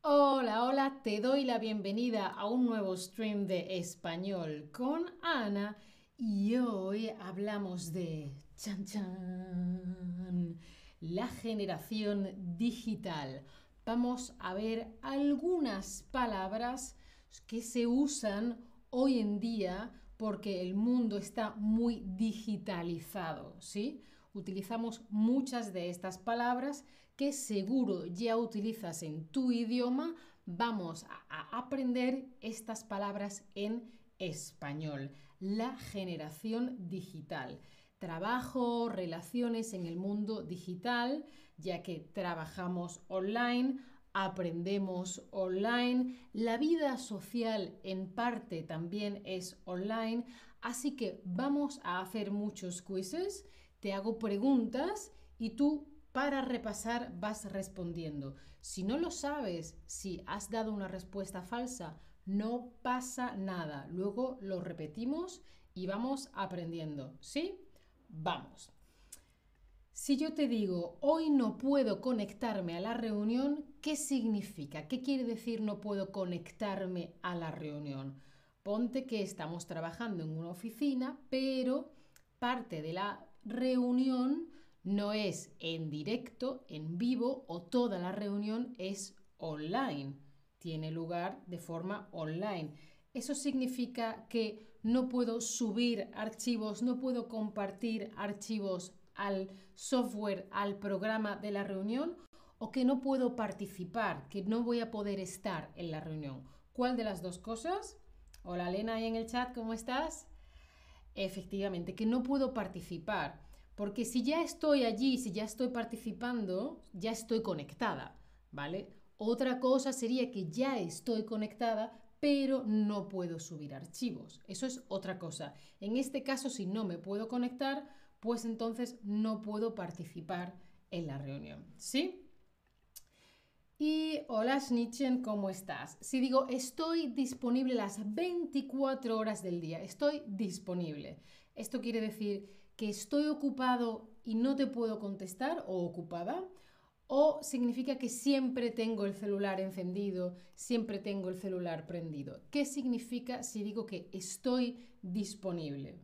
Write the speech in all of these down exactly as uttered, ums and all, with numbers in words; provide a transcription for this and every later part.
Hola, hola, te doy la bienvenida a un nuevo stream de español con Ana y hoy hablamos de chan chan, la generación digital. Vamos a ver algunas palabras que se usan hoy en día porque el mundo está muy digitalizado, ¿sí? Utilizamos muchas de estas palabras que seguro ya utilizas en tu idioma. Vamos a, a aprender estas palabras en español. La generación digital. Trabajo, relaciones en el mundo digital, ya que trabajamos online, aprendemos online, la vida social en parte también es online, así que vamos a hacer muchos quizzes, te hago preguntas y tú para repasar vas respondiendo. Si no lo sabes, si has dado una respuesta falsa, no pasa nada. Luego lo repetimos y vamos aprendiendo. ¿Sí? Vamos. Si yo te digo, hoy no puedo conectarme a la reunión, ¿qué significa? ¿Qué quiere decir no puedo conectarme a la reunión? Ponte que estamos trabajando en una oficina, pero parte de la reunión no es en directo, en vivo, o toda la reunión es online. Tiene lugar de forma online. Eso significa que no puedo subir archivos, no puedo compartir archivos al software, al programa de la reunión, o que no puedo participar, que no voy a poder estar en la reunión. ¿Cuál de las dos cosas? Hola Elena, ahí en el chat, ¿cómo estás? Efectivamente, que no puedo participar, porque si ya estoy allí, si ya estoy participando, ya estoy conectada, ¿vale? Otra cosa sería que ya estoy conectada, pero no puedo subir archivos. Eso es otra cosa. En este caso, si no me puedo conectar, pues entonces no puedo participar en la reunión, ¿sí? Y hola Schnitzen, ¿cómo estás? Si digo estoy disponible las veinticuatro horas del día, estoy disponible. Esto quiere decir que estoy ocupado y no te puedo contestar o ocupada. O significa que siempre tengo el celular encendido, siempre tengo el celular prendido. ¿Qué significa si digo que estoy disponible?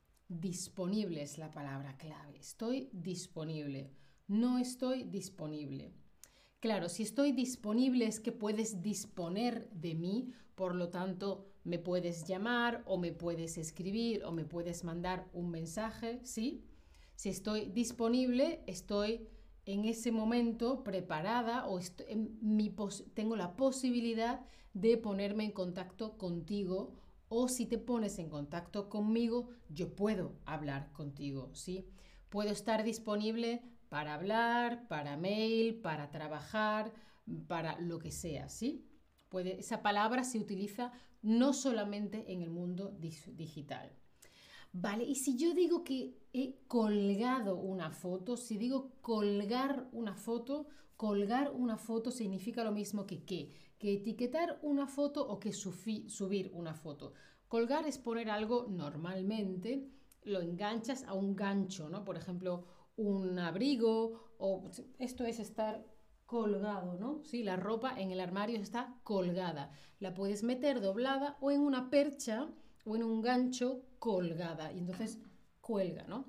Disponible es la palabra clave. Estoy disponible. No estoy disponible. Claro, si estoy disponible es que puedes disponer de mí, por lo tanto me puedes llamar o me puedes escribir o me puedes mandar un mensaje, ¿sí? Si estoy disponible, estoy en ese momento preparada o estoy, en mi tengo la posibilidad de ponerme en contacto contigo, o si te pones en contacto conmigo, yo puedo hablar contigo, ¿sí? Puedo estar disponible para hablar, para mail, para trabajar, para lo que sea, ¿sí? Puede, esa palabra se utiliza no solamente en el mundo digital. Vale, y si yo digo que he colgado una foto, si digo colgar una foto, colgar una foto significa lo mismo que qué, que etiquetar una foto o que subir una foto. Colgar es poner algo normalmente, lo enganchas a un gancho, ¿no? Por ejemplo, un abrigo, o esto es estar colgado, ¿no? Sí, la ropa en el armario está colgada. La puedes meter doblada o en una percha o en un gancho colgada y entonces cuelga, ¿no?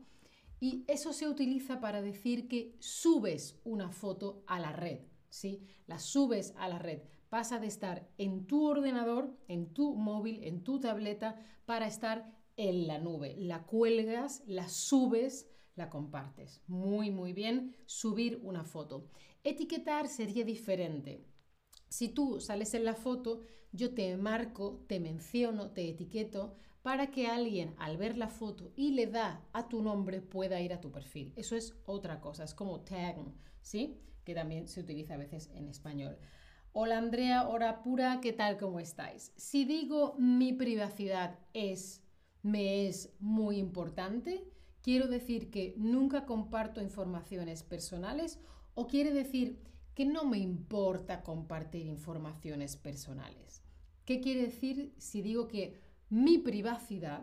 Y eso se utiliza para decir que subes una foto a la red, ¿sí? La subes a la red. Pasa de estar en tu ordenador, en tu móvil, en tu tableta, para estar en la nube. La cuelgas, la subes, la compartes. Muy, muy bien. Subir una foto. Etiquetar sería diferente. Si tú sales en la foto, yo te marco, te menciono, te etiqueto para que alguien al ver la foto y le da a tu nombre pueda ir a tu perfil. Eso es otra cosa, es como tag, ¿sí? Que también se utiliza a veces en español. Hola Andrea, hora pura, ¿qué tal? ¿Cómo estáis? Si digo mi privacidad es, me es muy importante, quiero decir que nunca comparto informaciones personales, o quiere decir que no me importa compartir informaciones personales. ¿Qué quiere decir si digo que mi privacidad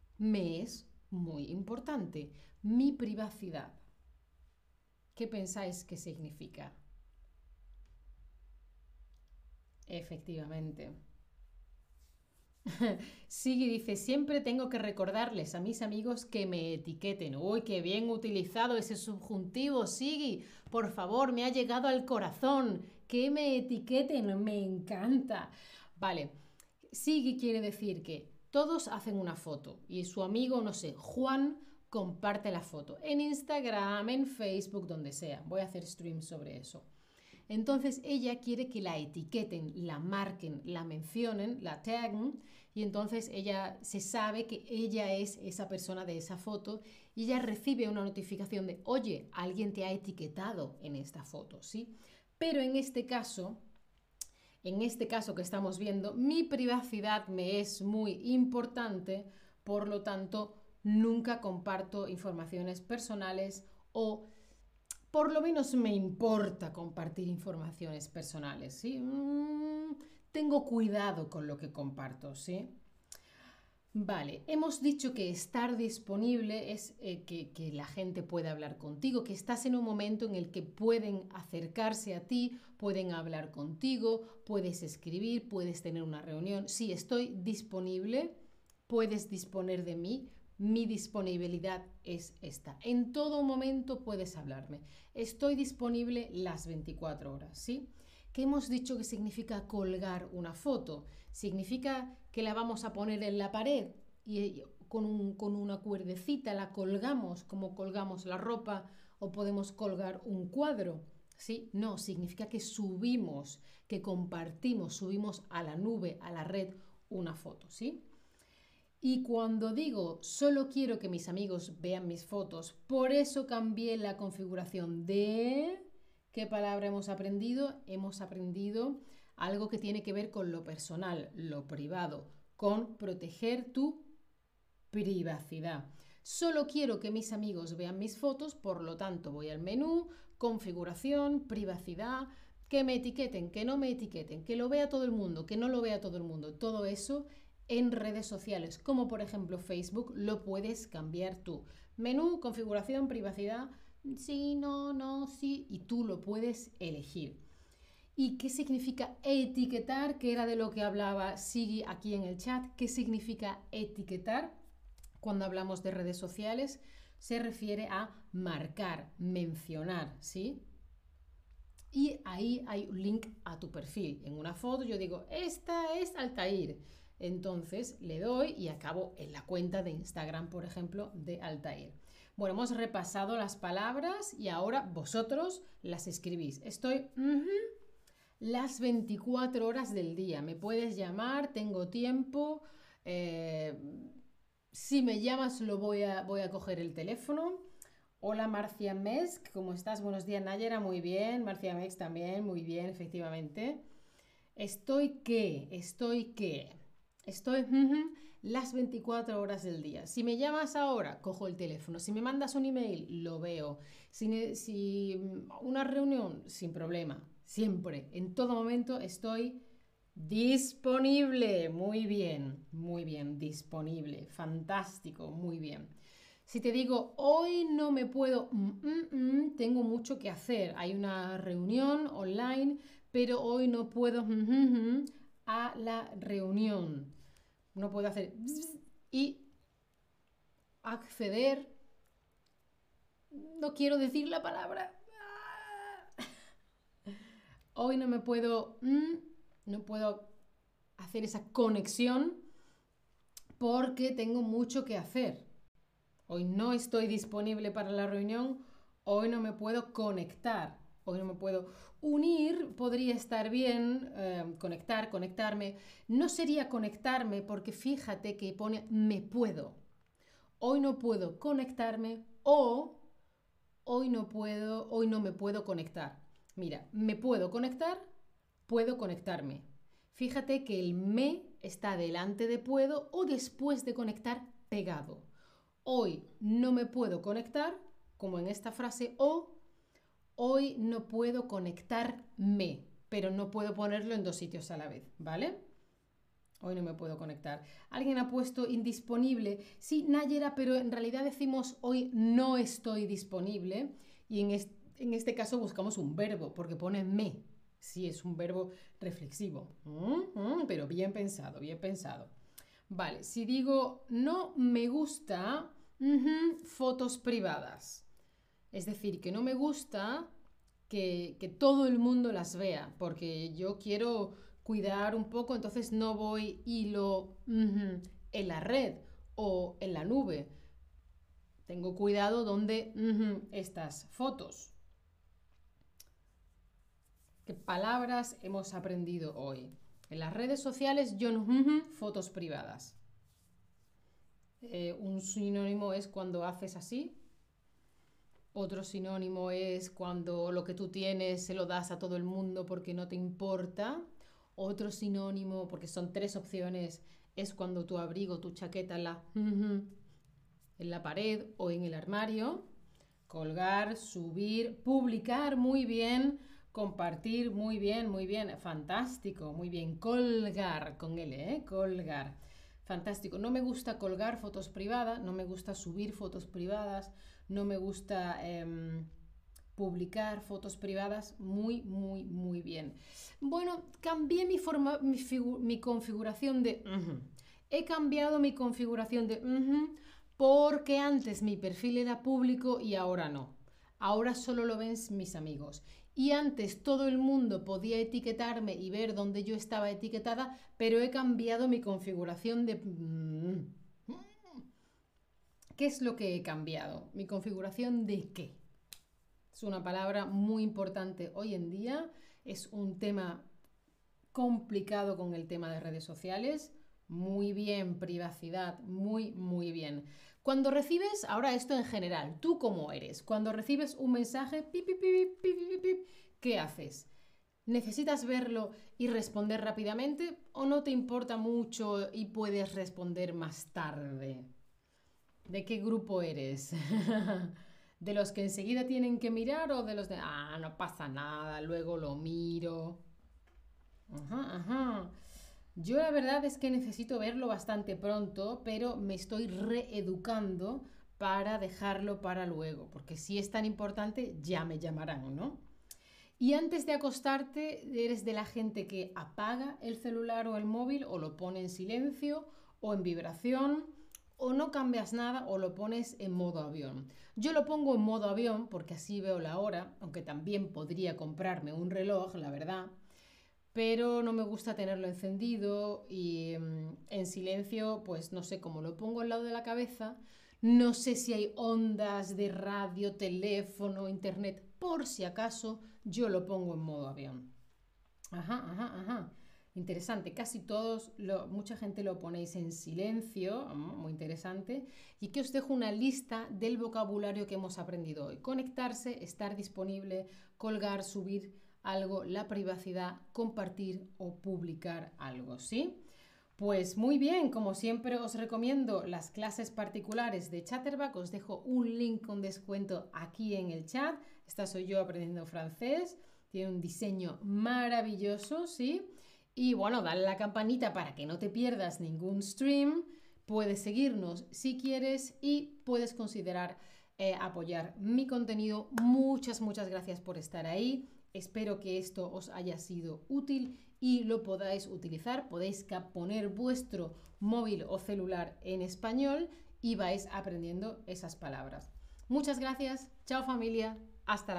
me es muy importante? Mi privacidad. ¿Qué pensáis que significa? Efectivamente. Sigui dice, siempre tengo que recordarles a mis amigos que me etiqueten. Uy, qué bien utilizado ese subjuntivo, Sigui. Por favor, me ha llegado al corazón. Que me etiqueten, me encanta. Vale, Sigui quiere decir que todos hacen una foto y su amigo, no sé, Juan, comparte la foto en Instagram, en Facebook, donde sea. Voy a hacer stream sobre eso. Entonces ella quiere que la etiqueten, la marquen, la mencionen, la taggen, y entonces ella se sabe que ella es esa persona de esa foto y ella recibe una notificación de, oye, alguien te ha etiquetado en esta foto, ¿sí? Pero en este caso, en este caso que estamos viendo, mi privacidad me es muy importante, por lo tanto, nunca comparto informaciones personales o por lo menos me importa compartir informaciones personales, ¿sí? Mm, tengo cuidado con lo que comparto, ¿sí? Vale, hemos dicho que estar disponible es eh, que, que la gente pueda hablar contigo, que estás en un momento en el que pueden acercarse a ti, pueden hablar contigo, puedes escribir, puedes tener una reunión. Sí, estoy disponible, puedes disponer de mí. Mi disponibilidad es esta. En todo momento puedes hablarme. Estoy disponible las veinticuatro horas, ¿sí? ¿Qué hemos dicho que significa colgar una foto? Significa que la vamos a poner en la pared y con, un, con una cuerdecita la colgamos como colgamos la ropa o podemos colgar un cuadro, ¿sí? No, significa que subimos, que compartimos, subimos a la nube, a la red, una foto, ¿sí? Y cuando digo solo quiero que mis amigos vean mis fotos, por eso cambié la configuración de... ¿Qué palabra hemos aprendido? Hemos aprendido algo que tiene que ver con lo personal, lo privado, con proteger tu privacidad. Solo quiero que mis amigos vean mis fotos, por lo tanto voy al menú, configuración, privacidad, que me etiqueten, que no me etiqueten, que lo vea todo el mundo, que no lo vea todo el mundo. Todo eso en redes sociales, como por ejemplo Facebook, lo puedes cambiar tú. Menú, configuración, privacidad, sí, no, no, sí, y tú lo puedes elegir. ¿Y qué significa etiquetar? Que era de lo que hablaba Sigui aquí en el chat. ¿Qué significa etiquetar? Cuando hablamos de redes sociales, se refiere a marcar, mencionar, ¿sí? Y ahí hay un link a tu perfil. En una foto yo digo, esta es Altair. Entonces le doy y acabo en la cuenta de Instagram, por ejemplo, de Altair. Bueno, hemos repasado las palabras y ahora vosotros las escribís. Estoy uh-huh, las veinticuatro horas del día. Me puedes llamar, tengo tiempo. Eh, si me llamas, lo voy a, voy a coger el teléfono. Hola Marcia Mesk, ¿cómo estás? Buenos días Nayera, muy bien. Marcia Mesk también, muy bien, efectivamente. Estoy qué, estoy qué. Estoy uh-huh, las veinticuatro horas del día. Si me llamas ahora, cojo el teléfono. Si me mandas un email, lo veo. Si, si una reunión, sin problema. Siempre, en todo momento estoy disponible. Muy bien, muy bien, disponible. Fantástico, muy bien. Si te digo, hoy no me puedo, mm, mm, mm, tengo mucho que hacer. Hay una reunión online, pero hoy no puedo mm, mm, mm, a la reunión. No puedo hacer y acceder. No quiero decir la palabra. Hoy no me puedo, mm, no puedo hacer esa conexión porque tengo mucho que hacer. Hoy no estoy disponible para la reunión. Hoy no me puedo conectar. Hoy no me puedo unir, podría estar bien, eh, conectar, conectarme. No sería conectarme porque fíjate que pone me puedo. Hoy no puedo conectarme o hoy no puedo, hoy no me puedo conectar. Mira, me puedo conectar, puedo conectarme. Fíjate que el me está delante de puedo o después de conectar pegado. Hoy no me puedo conectar, como en esta frase, o hoy no puedo conectarme, pero no puedo ponerlo en dos sitios a la vez, ¿vale? Hoy no me puedo conectar. Alguien ha puesto indisponible. Sí, Nayera, pero en realidad decimos hoy no estoy disponible y en, est en este caso buscamos un verbo porque pone me, Sí, es un verbo reflexivo. Mm, mm, pero bien pensado, bien pensado. Vale, si digo no me gusta ujú, fotos privadas. Es decir, que no me gusta que, que todo el mundo las vea, porque yo quiero cuidar un poco, entonces no voy y lo ujú, en la red o en la nube. Tengo cuidado donde ujú, estas fotos. ¿Qué palabras hemos aprendido hoy? En las redes sociales yo no ujú, fotos privadas. Eh, un sinónimo es cuando haces así. Otro sinónimo es cuando lo que tú tienes se lo das a todo el mundo porque no te importa. Otro sinónimo, porque son tres opciones, es cuando tu abrigo, tu chaqueta la ujú, en la pared o en el armario. Colgar, subir, publicar, muy bien. Compartir, muy bien, muy bien. Fantástico, muy bien. Colgar, con L, ¿eh? Colgar. Fantástico. No me gusta colgar fotos privadas, no me gusta subir fotos privadas, no me gusta eh, publicar fotos privadas. Muy, muy, muy bien. Bueno, cambié mi, forma, mi, mi configuración de... Uh-huh. He cambiado mi configuración de... Uh-huh, porque antes mi perfil era público y ahora no. Ahora solo lo ven mis amigos. Y antes todo el mundo podía etiquetarme y ver dónde yo estaba etiquetada, pero he cambiado mi configuración de... ¿Qué es lo que he cambiado? ¿Mi configuración de qué? Es una palabra muy importante hoy en día. Es un tema complicado con el tema de redes sociales. Muy bien, privacidad, muy, muy bien. Cuando recibes, ahora esto en general, ¿tú cómo eres? Cuando recibes un mensaje, pip, pip, pip, pip, pip, pip, ¿qué haces? ¿Necesitas verlo y responder rápidamente o no te importa mucho y puedes responder más tarde? ¿De qué grupo eres? ¿De los que enseguida tienen que mirar o de los de, ah, no pasa nada, luego lo miro? Ajá, ajá. Yo la verdad es que necesito verlo bastante pronto, pero me estoy reeducando para dejarlo para luego, porque si es tan importante, ya me llamarán, ¿no? Y antes de acostarte, ¿eres de la gente que apaga el celular o el móvil o lo pone en silencio o en vibración o no cambias nada o lo pones en modo avión? Yo lo pongo en modo avión porque así veo la hora, aunque también podría comprarme un reloj, la verdad, pero no me gusta tenerlo encendido y mmm, en silencio, pues no sé, cómo lo pongo al lado de la cabeza, no sé si hay ondas de radio, teléfono, internet, por si acaso yo lo pongo en modo avión. Ajá, ajá, ajá. Interesante, casi todos, lo, mucha gente lo ponéis en silencio, muy interesante. Y que os dejo una lista del vocabulario que hemos aprendido hoy. Conectarse, estar disponible, colgar, subir algo, la privacidad, compartir o publicar algo, ¿sí? Pues muy bien, como siempre os recomiendo las clases particulares de Chatterback, os dejo un link con descuento aquí en el chat. Esta soy yo aprendiendo francés, tiene un diseño maravilloso, ¿sí? Y bueno, dale a la campanita para que no te pierdas ningún stream. Puedes seguirnos si quieres y puedes considerar eh, apoyar mi contenido. Muchas, muchas gracias por estar ahí. Espero que esto os haya sido útil y lo podáis utilizar. Podéis poner vuestro móvil o celular en español y vais aprendiendo esas palabras. Muchas gracias. Chao familia. Hasta la próxima.